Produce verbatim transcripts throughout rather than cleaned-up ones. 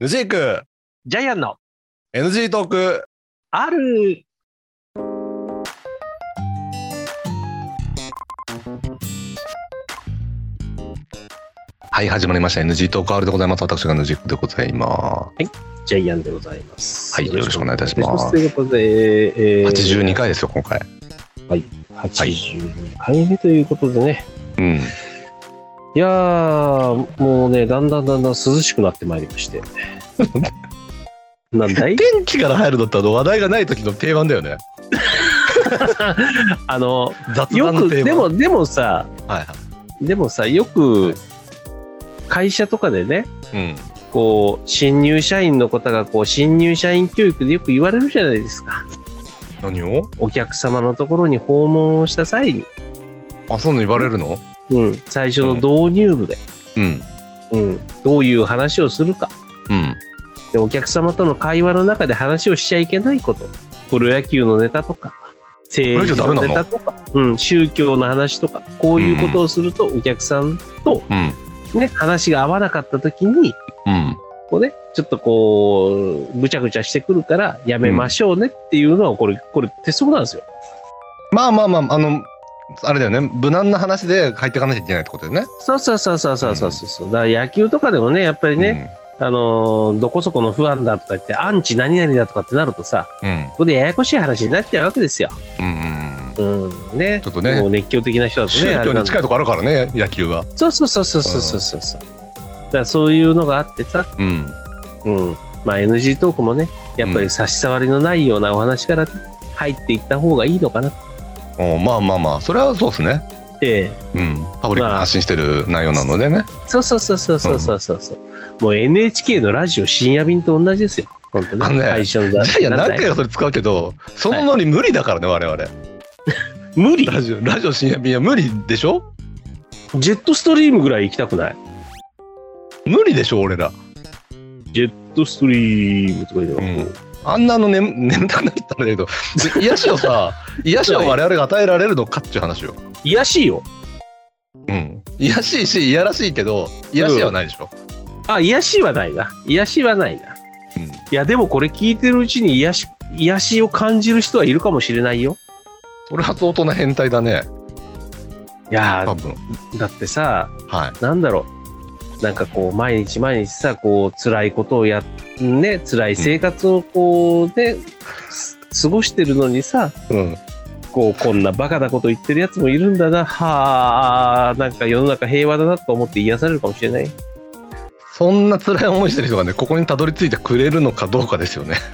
ヌジークジャイアンのエヌジー トークある。 はい、始まりました エヌジー トーク R でございます。私がヌジークでございます。 はい、ジャイアンでございます。 はい、よろしくお願いいたします。 ということで、えー、 はちじゅうにかいですよ今回。 はい、はちじゅうにかいめということでね、 うん、 いやーもうね、だんだんだんだん涼しくなってまいりましてなんだい天気から入るのってあの話題がない時の定番だよねあの雑談の定番。 よくでもでもさ、 はいはい、 でもさ、よく会社とかでね、 うん、 こう新入社員の方がこう新入社員教育でよく言われるじゃないですか。 何を？ お客様のところに訪問をした際に、 あ、そういうの言われるの？ うん、最初の導入部で、 うんうん、どういう話をするか、 うん、 でお客様との会話の中で話をしちゃいけないこと、プロ野球のネタとか政治のネタとか、うん、宗教の話とか、こういうことをするとお客さんと、うんね、話が合わなかった時に、うん、こうね、ちょっとこうぐちゃぐちゃしてくるからやめましょうねっていうのは、これこれ鉄則なんですよ。 まあまあまあ、あのあれだよね、無難な話で入っていかなきゃいけないってことだよね。 そうそうそうそうそうそうそう、うん、だから野球とかでもね、やっぱりね、うん、あのー、どこそこの不安だとか言ってアンチ何々だとかってなるとさ、うん、ここでややこしい話になっちゃうわけですよ。うんうんうん、ね、ちょっとね、もう熱狂的な人だとね、 宗教に近いとこあるからね、野球は。 そうそうそうそうそうそうそう、うん、だからそういうのがあってさ、うんうん、まあ エヌジー トークもね、やっぱり差し障りのないようなお話から入っていった方がいいのかな。 おまあまあまあ、それはそうですね。 ええ、 うん、パブリックに発信してる内容なのでね。 そうそうそうそうそうそうそう、うん、もう エヌエイチケー のラジオ深夜便と同じですよ。本当ね。 ね、最初のいや何回かそれ使うけど、そのノリ無理だからね、はい、我々。 無理。 ラジオラジオ深夜便は無理でしょ。 ジェットストリームぐらい行きたくない？ 無理でしょ俺ら。 ジェットストリームとか言うの。うん、 あんなの、ね、眠たくなったんだけど、癒しをさ、癒しを我々が与えられるのかっていう話よ。 癒しいよ。 うん。癒しいし、いやらしいけど、癒しはないでしょ。 うん、あ、癒しはないな。癒しはないな。うん、いや、でもこれ聞いてるうちに癒し、癒しを感じる人はいるかもしれないよ。 それは相当な変態だね。 いやー、だってさ、はい、なんだろう。なんかこう毎日毎日さ、こう辛いことをやっね、辛い生活をこうね、うん、過ごしてるのにさ、うん、こうこんなバカなこと言ってるやつもいるんだな、はあ、なんか世の中平和だなと思って癒されるかもしれない。 そんな辛い思いしてる人がね、ここにたどり着いてくれるのかどうかですよね。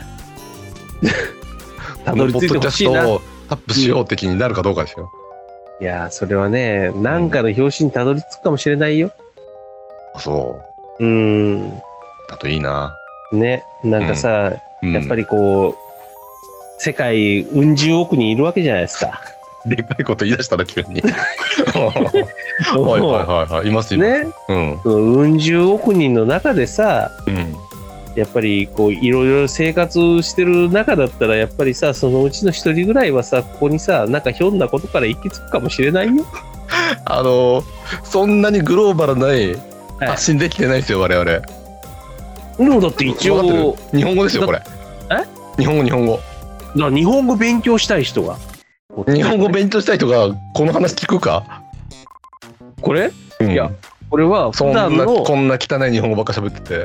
たどり着いてほしいな。ポッドキャストをタップしよう的になるかどうかですよ。 いやー、それはね、なんかの表紙にたどり着くかもしれないよ。 そう。 うーん。 だといいな。 ね、なんかさ、うん、やっぱりこう、世界うん十億人いるわけじゃないですか。 でかいこと言い出したら急に。はいはいはいはい、いますよね。 うん。うん十億人の中でさ、うん、やっぱりこういろいろ生活してる中だったら、やっぱりさ、そのうちの一人ぐらいはさ、ここにさ、なんかひょんなことから行き着くかもしれないよ。 あのそんなにグローバルない発信できてないですよ、はい、我々。 でもだって一応日本語ですよこれ。 え？ 日本語日本語。だから日本語勉強したい人が。 日本語勉強したい人がこの話聞くか？ これ？うん、いやこれは普段のそんなこんな汚い日本語ばっか喋ってて。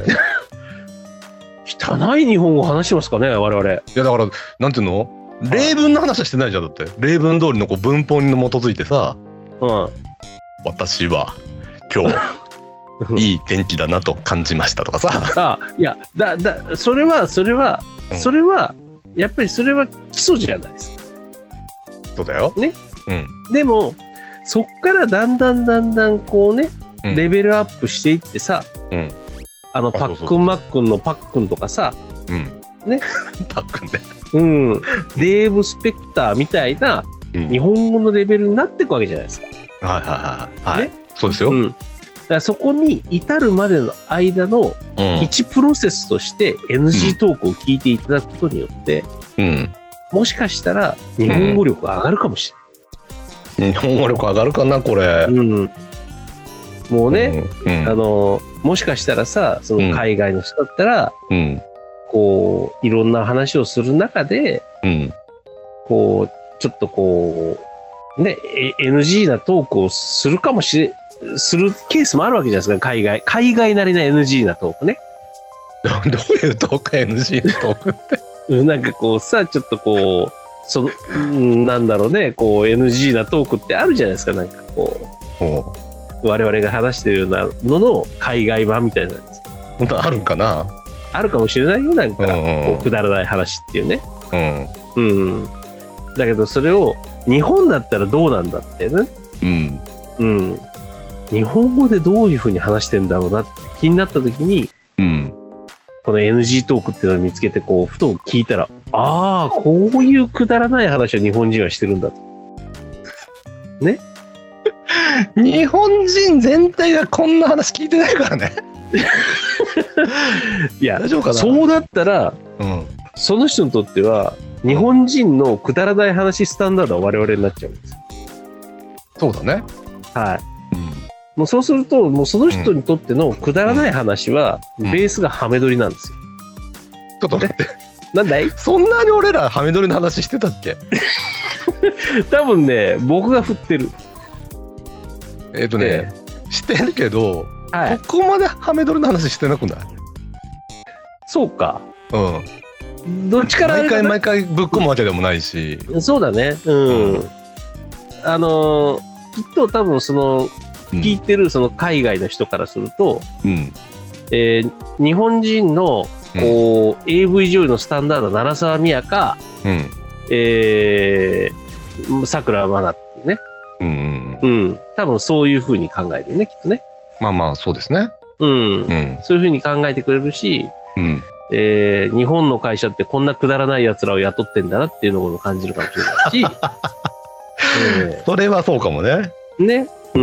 汚い日本語話しますかね我々。いやだからなんていうの？例文の話はしてないじゃん。だって例文通りのこう文法に基づいてさ。うん。私は今日。いい天気だなと感じましたとかさ。 あ、いやだだそれはそれは、うん、それはやっぱりそれは基礎じゃないですか。 そうだよ。 ね。うん。でもそっからだんだんだんだんこうね、うん、レベルアップしていってさ、うん、あのパックンマックンのパックンとかさ、うん、ね。 パックンね。 うん。デーブ・スペクターみたいな日本語のレベルになっていくわけじゃないですか。 はいはいはいはい。ね。そうですよ。 うん。だからそこに至るまでの間の一プロセスとして エヌジー トークを聞いていただくことによって、うん、もしかしたら日本語力が上がるかもしれない。 うん、日本語力上がるかなこれ。うん、 もうね、うんうん、あのもしかしたらさ、その海外の人だったら、 うん、 こう、いろんな話をする中で、 うん、 こう、ちょっとこう、ね、エヌジー なトークをするかもしれ、するケースもあるわけじゃないですか、海外。海外なりな エヌジー なトークね。 どういうトーク エヌジー のトークってなんかこうさ、ちょっとこう、その、なんだろうね、こう エヌジー なトークってあるじゃないですか、なんかこう、我々が話してるようなのの海外版みたいなやつ。 本当あるんかな？ あるかもしれないよ、なんか、 うんうん、 こうくだらない話っていうね。 うん。 うん。だけどそれを日本だったらどうなんだってね。 うん。 うん。日本語でどういう風に話してんだろうなって気になった時に、 うん。 この エヌジー トークっていうのを見つけて、こう、ふと聞いたら、ああ、こういうくだらない話を日本人はしてるんだと。ね。 日本人全体がこんな話聞いてないからね。 いや、 大丈夫かな？ そうだったら、 うん、 その人にとっては、日本人のくだらない話スタンダードは我々になっちゃうんですよ。 そうだね。 はい。もうそうすると、もうその人にとってのくだらない話は、ベースがハメ撮りなんですよ。 ちょっと待って。 なんだい？ そんなに俺らハメ撮りの話してたっけ？ 多分ね、僕が振ってる。 えっとね、えー、してるけど、 はい、 ここまでハメ撮りの話してなくない？ そうか。 うん。 どっちから毎回毎回ぶっ込むわけでもないし。 そうだね。うん。うん、あのー、きっと多分その、聞いてるその海外の人からすると、 うん、 えー、日本人のこう、うん、エーブイ 女優のスタンダード長澤美也か、 うん、 えー、さくらまなっていうね、 うん、 うん、多分そういう風に考えてるね、きっとね。 まあまあそうですね。 うん、うん、そういう風に考えてくれるし、 うん、 えー、日本の会社ってこんなくだらない奴らを雇ってんだなっていうのを感じるかもしれないし、 えー、それはそうかもね。 ね。うん、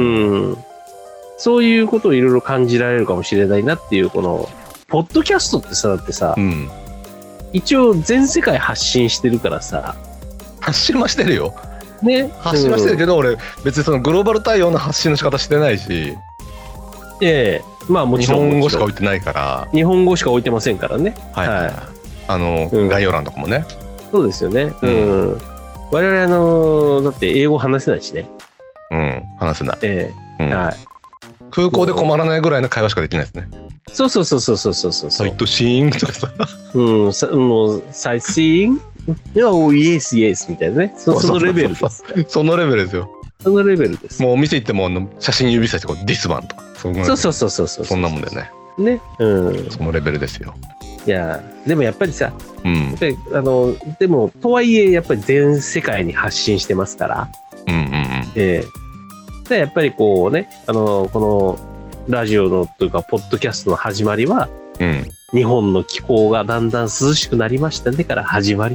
そういうことをいろいろ感じられるかもしれないなっていう、このポッドキャストってさ、だってさ、うん、一応全世界発信してるからさ、 発信はしてるよ、 ね、 発信はしてるけど、うん、俺別にそのグローバル対応の発信の仕方してないし、 ええ、まあもちろん日本語しか置いてないから、 日本語しか置いてませんからね、 はい、はい、あの、うん、概要欄とかもね、 そうですよね、うん、うん、我々あのだって英語話せないしね。 うん、話せない。 ええ、うん、はい。 空港で困らないぐらいの会話しかできないですね。 そうそうそうそうそうそうそう。 サイトシーンとかさ。 うん、さもうサイトシーン、いや、おイエスイエスみたいなね。そ, そのレベルです。 そのレベルですよ。 そのレベルです。 もうお店行っても写真指さしてこうディスマンとか。 そうそうそうそうそう。 そんなもんだよね。 ね、うん。 そのレベルですよ。 いや、でもやっぱりさ、 うん、 やっぱりあのでもとはいえやっぱり全世界に発信してますから。 うんうんうん。 えーでやっぱりこうね、あのこのラジオのというかポッドキャストの始まりは、 うん、 日本の気候がだんだん涼しくなりましたねから始まり。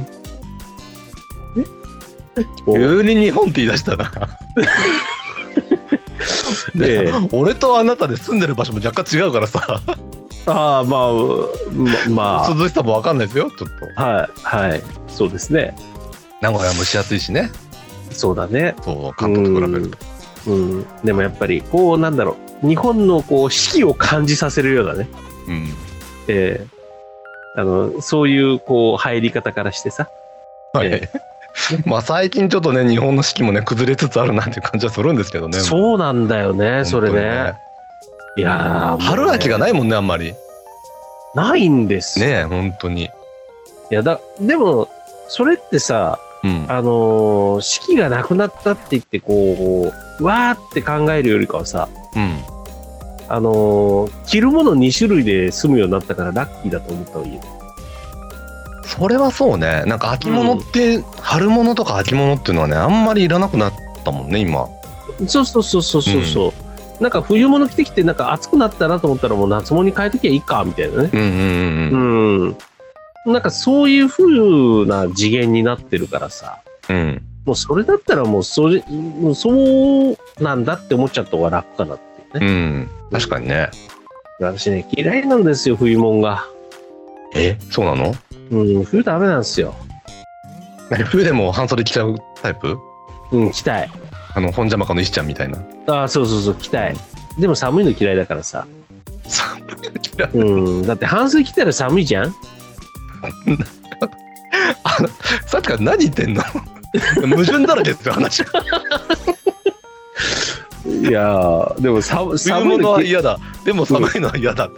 急に日本って言い出したな。で、俺とあなたで住んでる場所も若干違うからさ。 ああ、まあまあ涼しさも分かんないですよ、ちょっと。 はいはい、そうですね。 名古屋蒸し暑いしね。 そうだね。 そう、関東と比べると。 うん、でもやっぱりこうなんだろう、日本のこう四季を感じさせるようなね、 うん、 えー、あのそういうこう入り方からしてさ、 はい、えー、まあ最近ちょっとね日本の四季もね崩れつつあるなっていう感じはするんですけどね。 そうなんだよね、それね。いやー、 春秋がないもんね、あんまり。 ないんですね、本当に。いやだ、でもそれってさ、うん、あのー、四季がなくなったって言ってこうわーって考えるよりかはさ、 うん、 あのー、着るものに種類で済むようになったからラッキーだと思った方がいいよ。 それはそうね。なんか秋物って、うん、春物とか秋物っていうのはねあんまりいらなくなったもんね今。 そうそうそうそうそうそう、うん、なんか冬物着てきてなんか暑くなったなと思ったらもう夏物に変えときゃいいかみたいなね。 うんうんうんうん、 うんなんかそういう風な次元になってるからさ、 うん、 もうそれだったらもうそれもうそうなんだって思っちゃった方が楽かなっていうね。 うん、確かにね。 私ね嫌いなんですよ冬物が。 え、そうなの？ うん、冬ダメなんですよ。 冬でも半袖着ちゃうタイプ？ うん、着たい。 あの本邪魔かの石ちゃんみたいな。 ああ、そうそうそう着たい。でも寒いの嫌いだからさ。 寒うん、だって半数来たら寒いじゃん。 あのさっきから何言ってんの矛盾だらけですよ話。 いやーでも寒冬物は嫌だ、でも寒いのは嫌だって、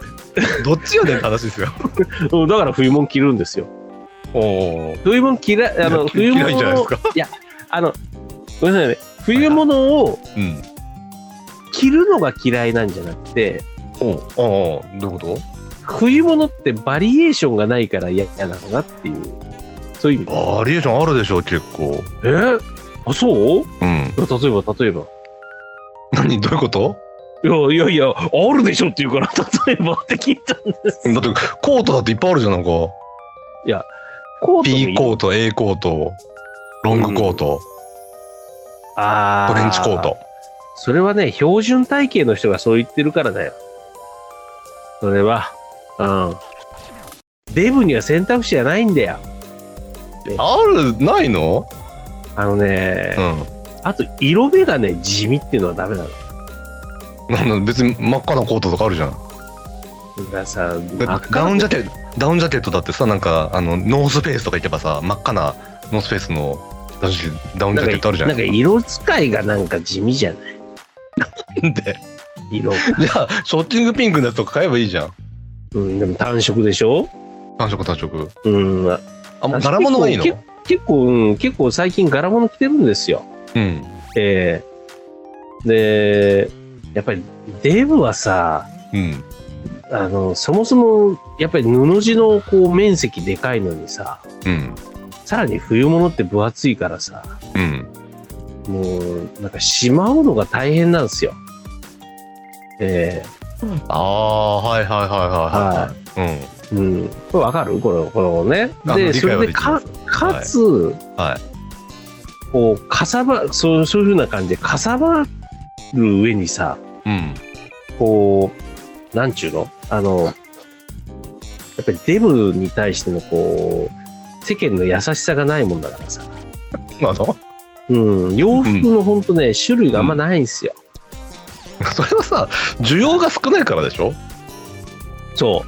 うん、どっちやねんって話ですよ。 だから冬物着るんですよ。お冬物着らあの冬物嫌いじゃないですか。 いやあのごめんなさいね、冬物を着るのが嫌いなんじゃなくて、 うん、ああどういうこと？ 冬物ってバリエーションがないから嫌なのなっていう、そういう意味。 バリエーションあるでしょ結構。 えー、あそう？うん。例えば例えば。 何どういうこと？ いやいやいやあるでしょって言うから例えばって聞いたんです。 だってコートだっていっぱいあるじゃんなんか。 いやコート P コート A コートロングコート、うん、あトレンチコート。 それはね標準体型の人がそう言ってるからだよ。それはうんデブには選択肢はないんだよ。 あるないの？ あのね、うん、あと色目がね地味っていうのはダメなの。 なんだ別に真っ赤なコートとかあるじゃん。 ださダウンジャケットダウンジャケットだってさなんかあのノースフェイスとか行けばさ真っ赤なノースフェイスのダウンジャケットあるじゃん。 なんか色使いがなんか地味じゃない。 なんで色。 じゃあショッキングピンクのやつとか買えばいいじゃん。 うん、でも単色でしょ。 単色単色。 うん。 あ、柄物がいいの？ 結構、うん、結構最近柄物着てるんですよ。 うん。 えー、で、やっぱりデブはさ、 うん。 あの、そもそも、やっぱり布地のこう面積でかいのにさ、 うん。さらに冬物って分厚いからさ、 うん。 もう、なんかしまうのが大変なんですよ。えー、ああ、はいはいはいはい。はい。 うん。うん。これわかる？これ、これね。で、それでか、かつ、はい。はい、こう、かさば、そう、そういう風な感じでかさばる上にさ、 うん。 こう、なんちゅうの？あの、やっぱりデブに対してのこう、世間の優しさがないもんだからさ。 なの？ うん。洋服のほんとね、うん、種類があんまないんですよ。 うん、それはさ、需要が少ないからでしょ？ そう。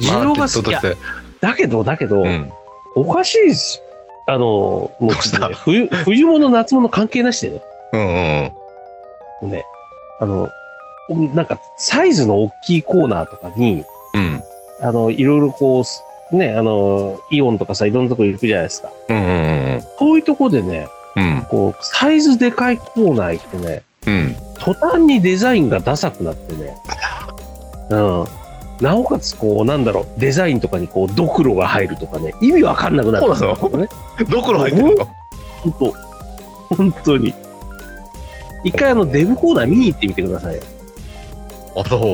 需要が少ない。だけど、だけど、うん、おかしいですよ。あの、もう、ね、冬、冬物、夏物関係なしでね。 うんうん。 ね、あの、なんか、サイズの大きいコーナーとかに、 うん、 あの、いろいろこう、ね、あの、イオンとかさ、いろんなとこ行くじゃないですか。 うんうんうん。 こういうとこでね、うん、こう、サイズでかいコーナー行ってね、 うん、 途端にデザインがダサくなってね、うん。なおかつ、こう、なんだろう、デザインとかにこう、ドクロが入るとかね、意味わかんなくなるんですよ。 そうなの？ドクロ入ってるの？ ほんと、本当に。一回あの、デブコーナー見に行ってみてくださいよ。 あ、そう。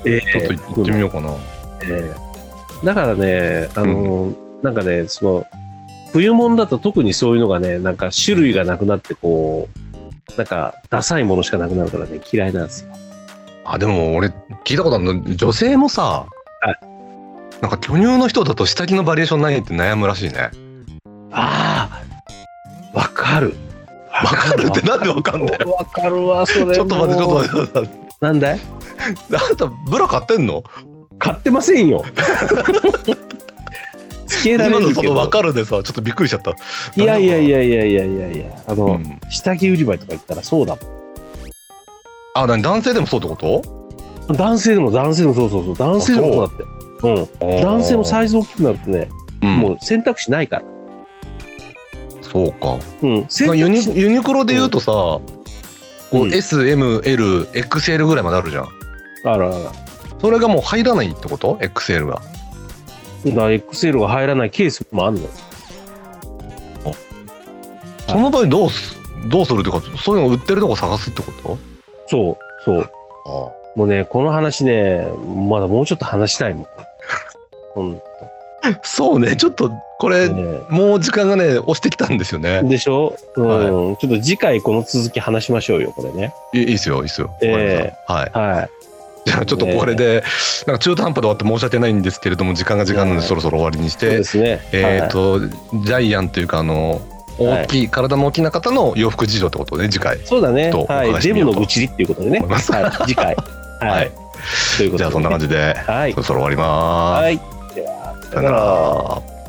えー、ちょっと行ってみようかな。 えー、だからね、あの、うん、なんかね、その、冬物だと特にそういうのがね、なんか種類がなくなってこう、なんかダサいものしかなくなるからね、嫌いなんですよ。 あ、でも俺聞いたことあるの、女性もさ、 はい、 なんか巨乳の人だと下着のバリエーションないって悩むらしいね。 ああ、わかる。 わかるってなんでわかんないの？ わかるわ、それ。 ちょっと待って、ちょっと待って、待って。 なんだい？ あんたブラ買ってんの？ 買ってませんよ。つけられるけど。今のそのわかるでさ、ちょっとびっくりしちゃった。 いやいやいやいやいやいやいや、あの、うん、下着売り場とか行ったらそうだもん。 あ、なに男性でもそうってこと？ 男性でも男性でもそうそうそう、男性でもそうだって。うん。男性もサイズ大きくなるとね、うん、もう選択肢ないから。 そうか。 うん。 ユニ、ユニクロで言うとさ、うん、こう エス、エム、エル、エックスエル ぐらいまであるじゃん。 あらあら。 それがもう入らないってこと？ エックスエル が。 だから エックスエル が入らないケースもあるのよ。 その場合どうす、どうするっていうか、そういうの売ってるとこ探すってこと？ そう、そう。ああ、もうね、この話ね、まだもうちょっと話したいもん。ほんと。 そうね、ちょっとこれ、ね、もう時間がね、押してきたんですよね。 でしょ？うん、はい。ちょっと次回この続き話しましょうよ、これね。 いいですよ、いいですよ。 えー、はい。 はい。 じゃあちょっとこれで、なんか中途半端で終わって申し訳ないんですけれども、時間が時間なのでそろそろ終わりにして、 そうですね。 えっと、ジャイアンというか、あの、大きい、はい、体の大きな方の洋服事情ってことで、ね、次回。 そうだね。はい。デブの愚痴りっていうことでね。はい、次回。 はい。 ということで、ね、 じゃあそんな感じで、はい、そろそろ終わります。 はい。では、さよなら。